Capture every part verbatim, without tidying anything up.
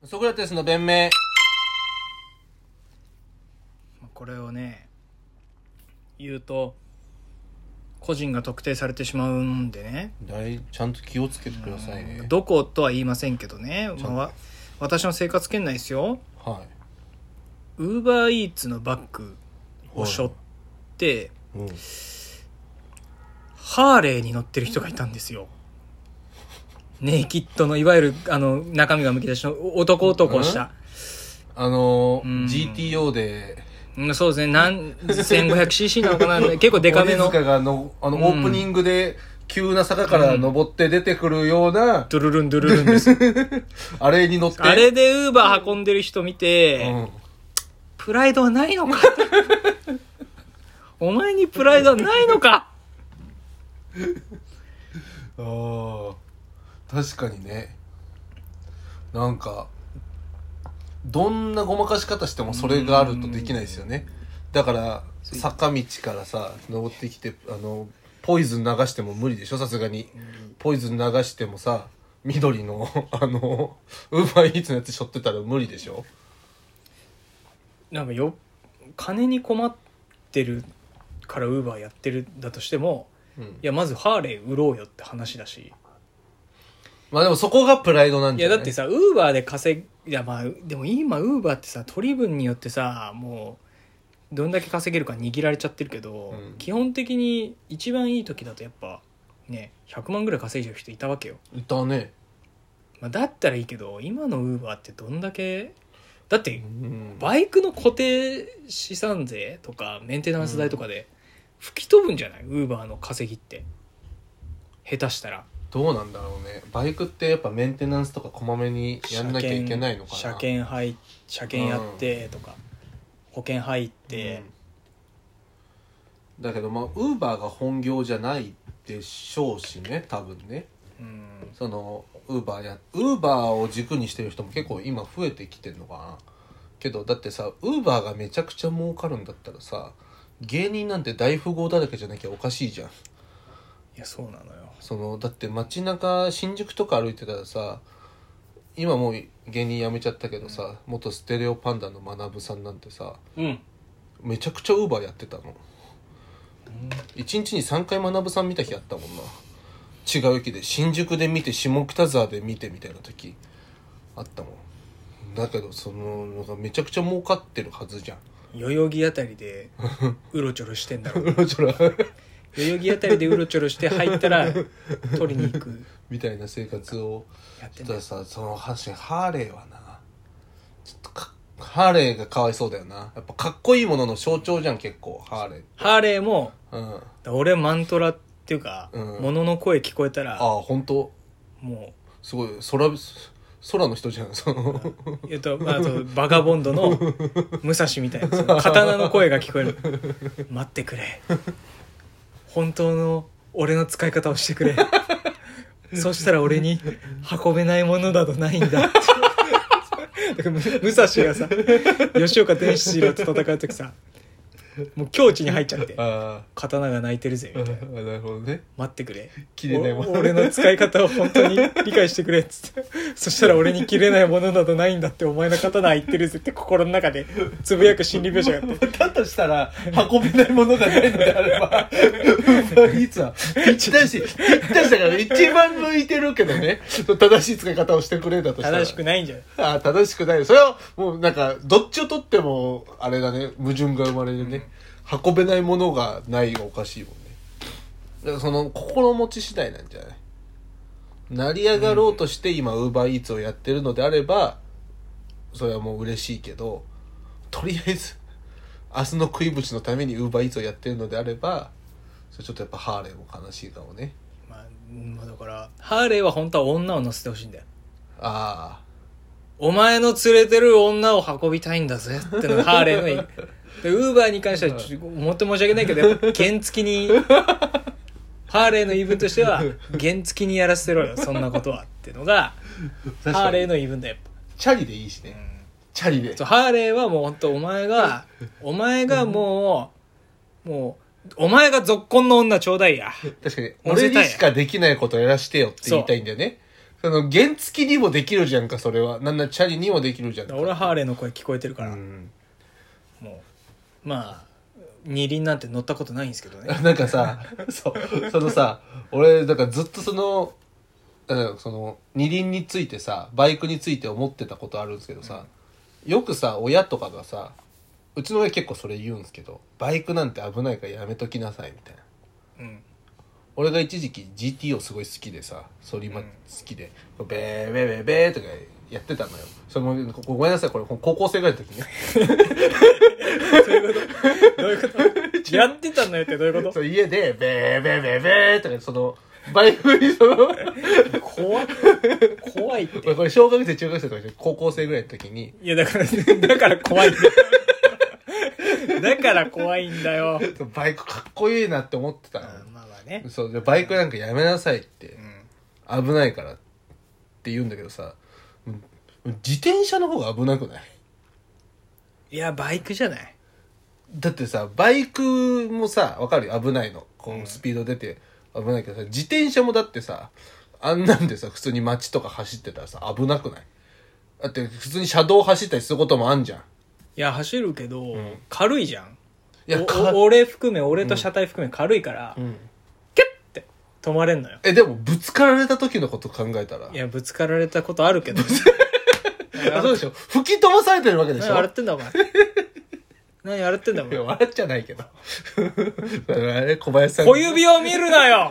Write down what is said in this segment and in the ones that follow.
ソクラテスの弁明。 これをね言うと個人が特定されてしまうんでね、 大ちゃんと気をつけてくださいね。 どことは言いませんけどね、まあ、私の生活圏内ですよ。 はい。 ウーバーイーツのバッグを背負って、 はい、うん、 ハーレーに乗ってる人がいたんですよ。ネイキッドのいわゆるあの中身がむき出しの男男をした、 うん、あのーうん、ジーティーオー で、 うん、そうですね、なん せんごひゃくシーシー なのかな結構デカめの鬼塚がのあの、うん、オープニングで急な坂から登って出てくるような、うん、 ドゥルルンドゥルルンですあれに乗ってあれでウーバー運んでる人見て、うん、プライドはないのかお前にプライドはないのかああ確かにね。なんかどんなごまかし方してもそれがあるとできないですよね。だから坂道からさ登ってきてあのポイズン流しても無理でしょ。さすがにポイズン流してもさ緑のあのウーバーイーツのやつ背負ってたら無理でしょ。 なんかよ金に困ってるからウーバーやってるんだとしても、うん、いやまずハーレー売ろうよって話だし。 まあでもそこがプライドなんじゃない？ いやだってさウーバーで稼いやまあでも今ウーバーってさ取り分によってさもうどんだけ稼げるか握られちゃってるけど、うん、基本的に一番いい時だとやっぱねひゃくまんぐらい稼いじゃう人いたわけよ。 いたね。 まあ、だったらいいけど今のウーバーってどんだけだってバイクの固定資産税とかメンテナンス代とかで吹き飛ぶんじゃない？ウーバーの稼ぎって下手したら。 どうなんだろうね。バイクってやっぱメンテナンスとかこまめにやんなきゃいけないのかな。 車検入車検やってとか、うん、保険入って、 うん、だけどまあウーバーが本業じゃないでしょうしね多分ね、うん、そのウーバーやウーバーを軸にしてる人も結構今増えてきてるのかな。けどだってさウーバーがめちゃくちゃ儲かるんだったらさ芸人なんて大富豪だらけじゃなきゃおかしいじゃん。 いやそうなのよ。 そのだって街中新宿とか歩いてたらさ今もう芸人辞めちゃったけどさ、うん、元ステレオパンダの学さんなんてさ、うん、めちゃくちゃウーバーやってたの、うん、いちにちにさんかい学さん見た日あったもんな。違う駅で新宿で見て下北沢で見てみたいな時あったもん。だけどそのなんかめちゃくちゃ儲かってるはずじゃん。 代々木あたりでうろちょろしてんだろうろちょろ代々木あたりでうろちょろして入ったら取りに行くみたいな生活をやってたさ。その話ハーレーはなちょっとかハーレーがかわいそうだよな。やっぱかっこいいものの象徴じゃん結構ハーレー。 ハーレーも、うん、俺マントラっていうか、うん、物の声聞こえたらああ本当もうすごい空空の人じゃん。そのえっとあとバガボンドの武蔵みたいなその刀の声が聞こえる待ってくれ本当の俺の使い方をしてくれそしたら俺に運べないものなどないんだってだから武蔵がさ吉岡天七郎と戦う時さもう境地に入っちゃって刀が泣いてるぜみたいな。 なるほどね。 待ってくれ切れないもの俺の使い方を本当に理解してくれっつってそしたら俺に切れないものなどないんだってお前の刀言ってるぜって心の中でつぶやく心理描写があってだとしたら運べないものがないのであればいつはぴったしぴったしだから一番向いてるけどね正しい使い方をしてくれだとしたら正しくないんじゃない。 あ正しくない。それはもうなんかどっちをとってもあれだね矛盾が生まれるね、うん、運べないものがないがおかしいもんね。だからその心持ち次第なんじゃない。成り上がろうとして今ウーバーイーツをやってるのであればそれはもう嬉しいけどとりあえず明日の食いぶちのためにウーバーイーツをやってるのであればそれちょっとやっぱハーレーも悲しいかもね。 まあ、まあ、だからハーレーは本当は女を乗せてほしいんだよ。 ああお前の連れてる女を運びたいんだぜってのがハーレーの言いでウーバーに関してはもっと申し訳ないけどやっぱ原付にハーレーの言い分としては原付にやらせろよそんなことはっていうのがハーレーの言い分だよ。やっぱチャリでいいしね、うん、チャリでハーレーはもう本当お前がお前がもうもうお前がぞっこんの女ちょうだいや。 確かに俺にしかできないことやらしてよって言いたいんだよね。 その原付にもできるじゃんか、それは。なんならチャリにもできるじゃんか。 俺はハーレーの声聞こえてるから、 うん、 もうまあ二輪なんて乗ったことないんですけどね。 なんかさそうそのさ俺だからずっとそのその二輪についてさバイクについて思ってたことあるんですけどさ、うん、よくさ親とかがさうちの親結構それ言うんですけど、バイクなんて危ないからやめときなさいみたいな、うん、俺が一時期 ジーティーオー すごい好きでさ反町好きで、うん、ベーベーベーベーとかやってたのよ。それもごめんなさい、これ高校生ぐらいの時にそういうことどういうことやってたのよってどういうこと？ そう家でベーベーベーベーとかそのバイクにその怖い怖いってこれ小学生中学生とか高校生ぐらいの時にいやだからだから怖いんだよだから怖いんだよ。 バイクかっこいいなって思ってたの、 うん、まあまあね。 そうでバイクなんかやめなさいって、うん、危ないからって言うんだけどさ、自転車の方が危なくない？ いやバイクじゃない。 だってさバイクもさ分かるよ、危ないのこのスピード出て危ないけどさ、自転車もだってさあんなんでさ普通に街とか走ってたらさ危なくない？だって普通に車道走ったりすることもあんじゃん。 いや走るけど、うん、軽いじゃん。 いや俺含め俺と車体含め軽いから、うん、キュッて止まれんのよ。 えでもぶつかられた時のこと考えたら、 いやぶつかられたことあるけどあそうでしょ、吹き飛ばされてるわけでしょ。 何笑ってんだお前何笑ってんだお前。 笑っちゃないけどあれ小林さん小指を見るなよ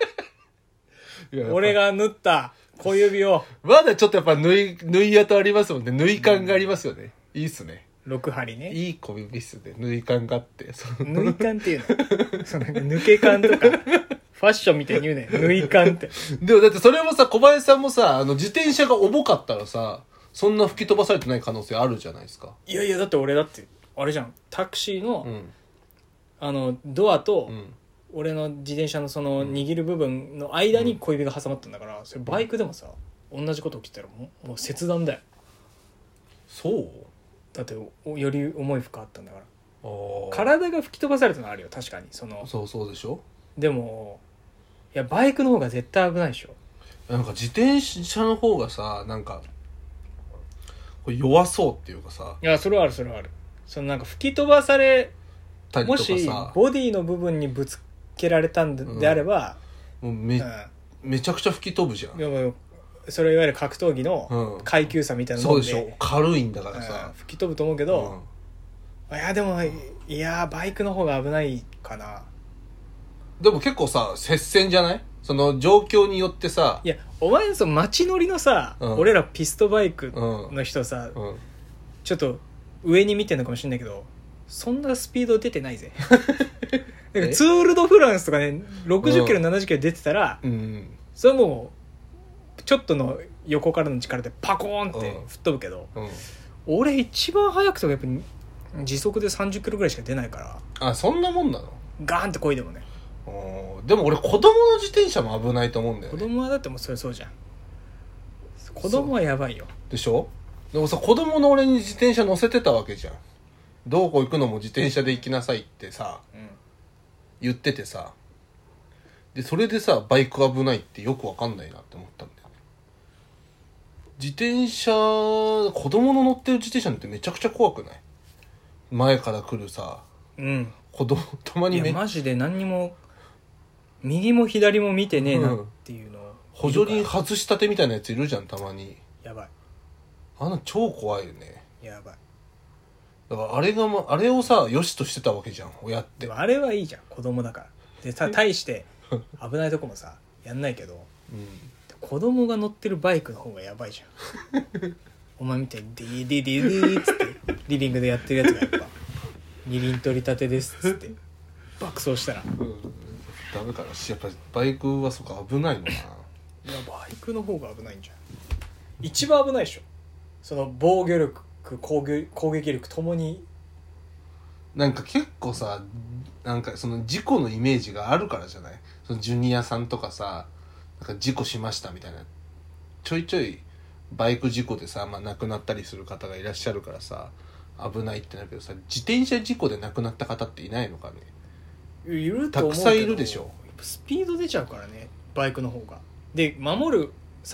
俺が縫った小指を。 まだちょっとやっぱ縫い縫い跡ありますもんね。縫い感がありますよね、うん、いいっすね。 ろく針ね。 いい小指っすね、縫い感があって。 縫い感っていうのその抜け感とかファッションみたいに言うね、縫い感って。 でもだってそれもさ小林さんもさあの自転車が重かったらさそんな吹き飛ばされてない可能性あるじゃないですか。 いやいやだって俺だってあれじゃん、タクシーの、うん、あのドアと、うん、俺の自転車のその握る部分の間に小指が挟まったんだから、それバイクでもさ同じこと起きたらもう、もう切断だよ。 そうだってより重い負荷あったんだから。体が吹き飛ばされたのはあるよ確かに。そのそうそうでしょ。 でもいやバイクの方が絶対危ないでしょ。 なんか自転車の方がさなんかこれ弱そうっていうかさ。 いやそれはあるそれはある。そのなんか吹き飛ばされたりとかさ、 もしボディの部分にぶつけられたんで、うん、であればもう め,、うん、めちゃくちゃ吹き飛ぶじゃん。 でもそれはいわゆる格闘技の階級差みたいなもんで、 うん、そうでしょ、軽いんだからさ、 うん、吹き飛ぶと思うけど、うん、いやでもいやバイクの方が危ないかな。 でも結構さ接戦じゃない？その状況によってさ。 いやお前その街乗りのさ、うん、俺らピストバイクの人さ、うんうん、ちょっと上に見てんのかもしれないけどそんなスピード出てないぜなんかツール・ド・フランスとかねろくじゅっキロ、うん、ななじゅっキロ出てたら、うん、それはもうちょっとの横からの力でパコーンって吹っ飛ぶけど、うんうん、俺一番速くてもやっぱ時速でさんじゅっキロぐらいしか出ないから。 あそんなもんなの？ ガーンってこいでもね。 でも俺子供の自転車も危ないと思うんだよね。 子供はだってもうそれそうじゃん。子供はやばいよ。 でしょ。でもさ子供の俺に自転車乗せてたわけじゃん。どこ行くのも自転車で行きなさいってさ、うん、言っててさ、でそれでさバイク危ないってよくわかんないなって思ったんだよね。自転車子供の乗ってる自転車ってめちゃくちゃ怖くない？前から来るさ、うん、子供たまにね。 いやマジで何にも右も左も見てねえなっていうのを、うん、 補助輪外したてみたいなやついるじゃんたまに。 やばい。 あの超怖いよね。 やばい。 だからあれが、ま、あれをさ良しとしてたわけじゃん親って。 でもあれはいいじゃん子供だからでさ対して危ないとこもさやんないけど、うん、子供が乗ってるバイクの方がやばいじゃんお前みたいにディディディディーっつってリビングでやってるやつがやっぱ二輪取り立てですっつって爆走したら、うん、 ダメかな。やっぱりバイクはそうか危ないのかな。いやバイクの方が危ないんじゃん。一番危ないでしょその防御力攻撃、攻撃力ともに。 なんか結構さなんかその事故のイメージがあるからじゃない？そのジュニアさんとかさなんか事故しましたみたいなちょいちょいバイク事故でさ、まあ、亡くなったりする方がいらっしゃるからさ危ないってなるけどさ自転車事故で亡くなった方っていないのかね？ いると思うけどたくさんいるでしょ。スピード出ちゃうからねバイクの方が。で守るさ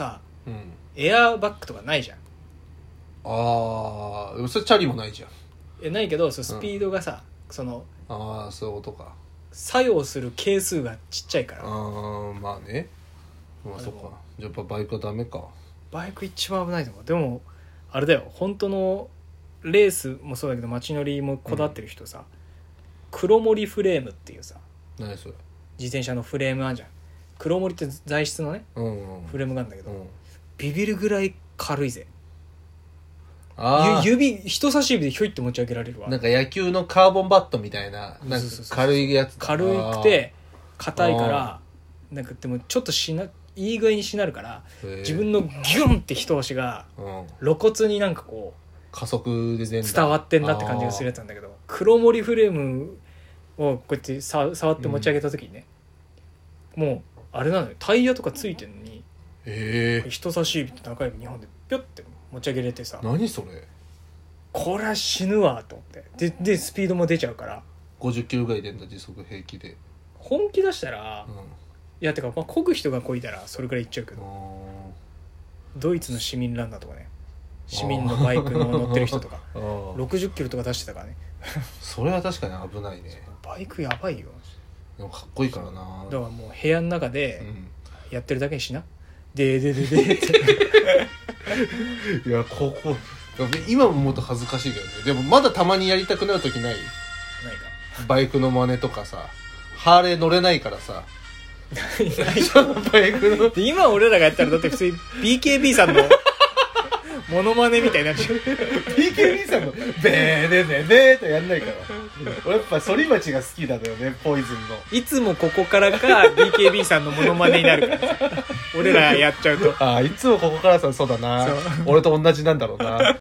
うんエアバッグとかないじゃん。 ああでもそれチャリもないじゃん。 えないけどそのスピードがさ、うん、そのああそういうことか。 作用する係数がちっちゃいから。 ああまあねまあそっか。じゃあやっぱバイクはダメか。 バイク一番危ないと思う。でもあれだよ本当のレースもそうだけど街乗りもこだわってる人さ、うん、黒森フレームっていうさ何それ自転車のフレームあんじゃん。黒森って材質のね、 うんうん、 フレームがあるんだけど、 うん、 ビビるぐらい軽いぜ。 あ指人差し指でひょいって持ち上げられるわ。 なんか野球のカーボンバットみたいななんか軽いやつだ。 軽くて硬いからなんかでもちょっとしないい具合にしなるから自分のギュンって一押しが露骨になんかこう加速で伝わってんだって感じがするやつなんだけど、黒森フレームをこうやってさ触って持ち上げた時にね、うん、もうあれなのよタイヤとかついてんのに、 えー、 人差し指と中指にほんでピョッて持ち上げれてさ、 何それこれは死ぬわと思って。ででスピードも出ちゃうからごじゅっキロぐらい出んだ時速平気で。 本気出したら、うん、いやてか、まあ、漕ぐ人が漕いだらそれくらいいっちゃうけど、ドイツの市民ランナーとかね市民のバイクの乗ってる人とかろくじゅっキロとか出してたからねそれは確かに危ないね。 バイクやばいよ。 でもかっこいいからな。 だからもう部屋の中でやってるだけにしな、うん、ででででっていやここ今ももっと恥ずかしいけどね。でもまだたまにやりたくなる時ない？ないか。バイクの真似とかさハーレー乗れないからさないバイクので今俺らがやったらだって普通に ビーケービー さんのモノマネみたいになっちゃう。 ビーケービー さんのベーベーベーベーとやんないから俺やっぱ反町が好きなのよね。ポイズンのいつもここからか ビーケービー さんのモノマネになるから俺らやっちゃうとああいつもここからさそうだな俺と同じなんだろうな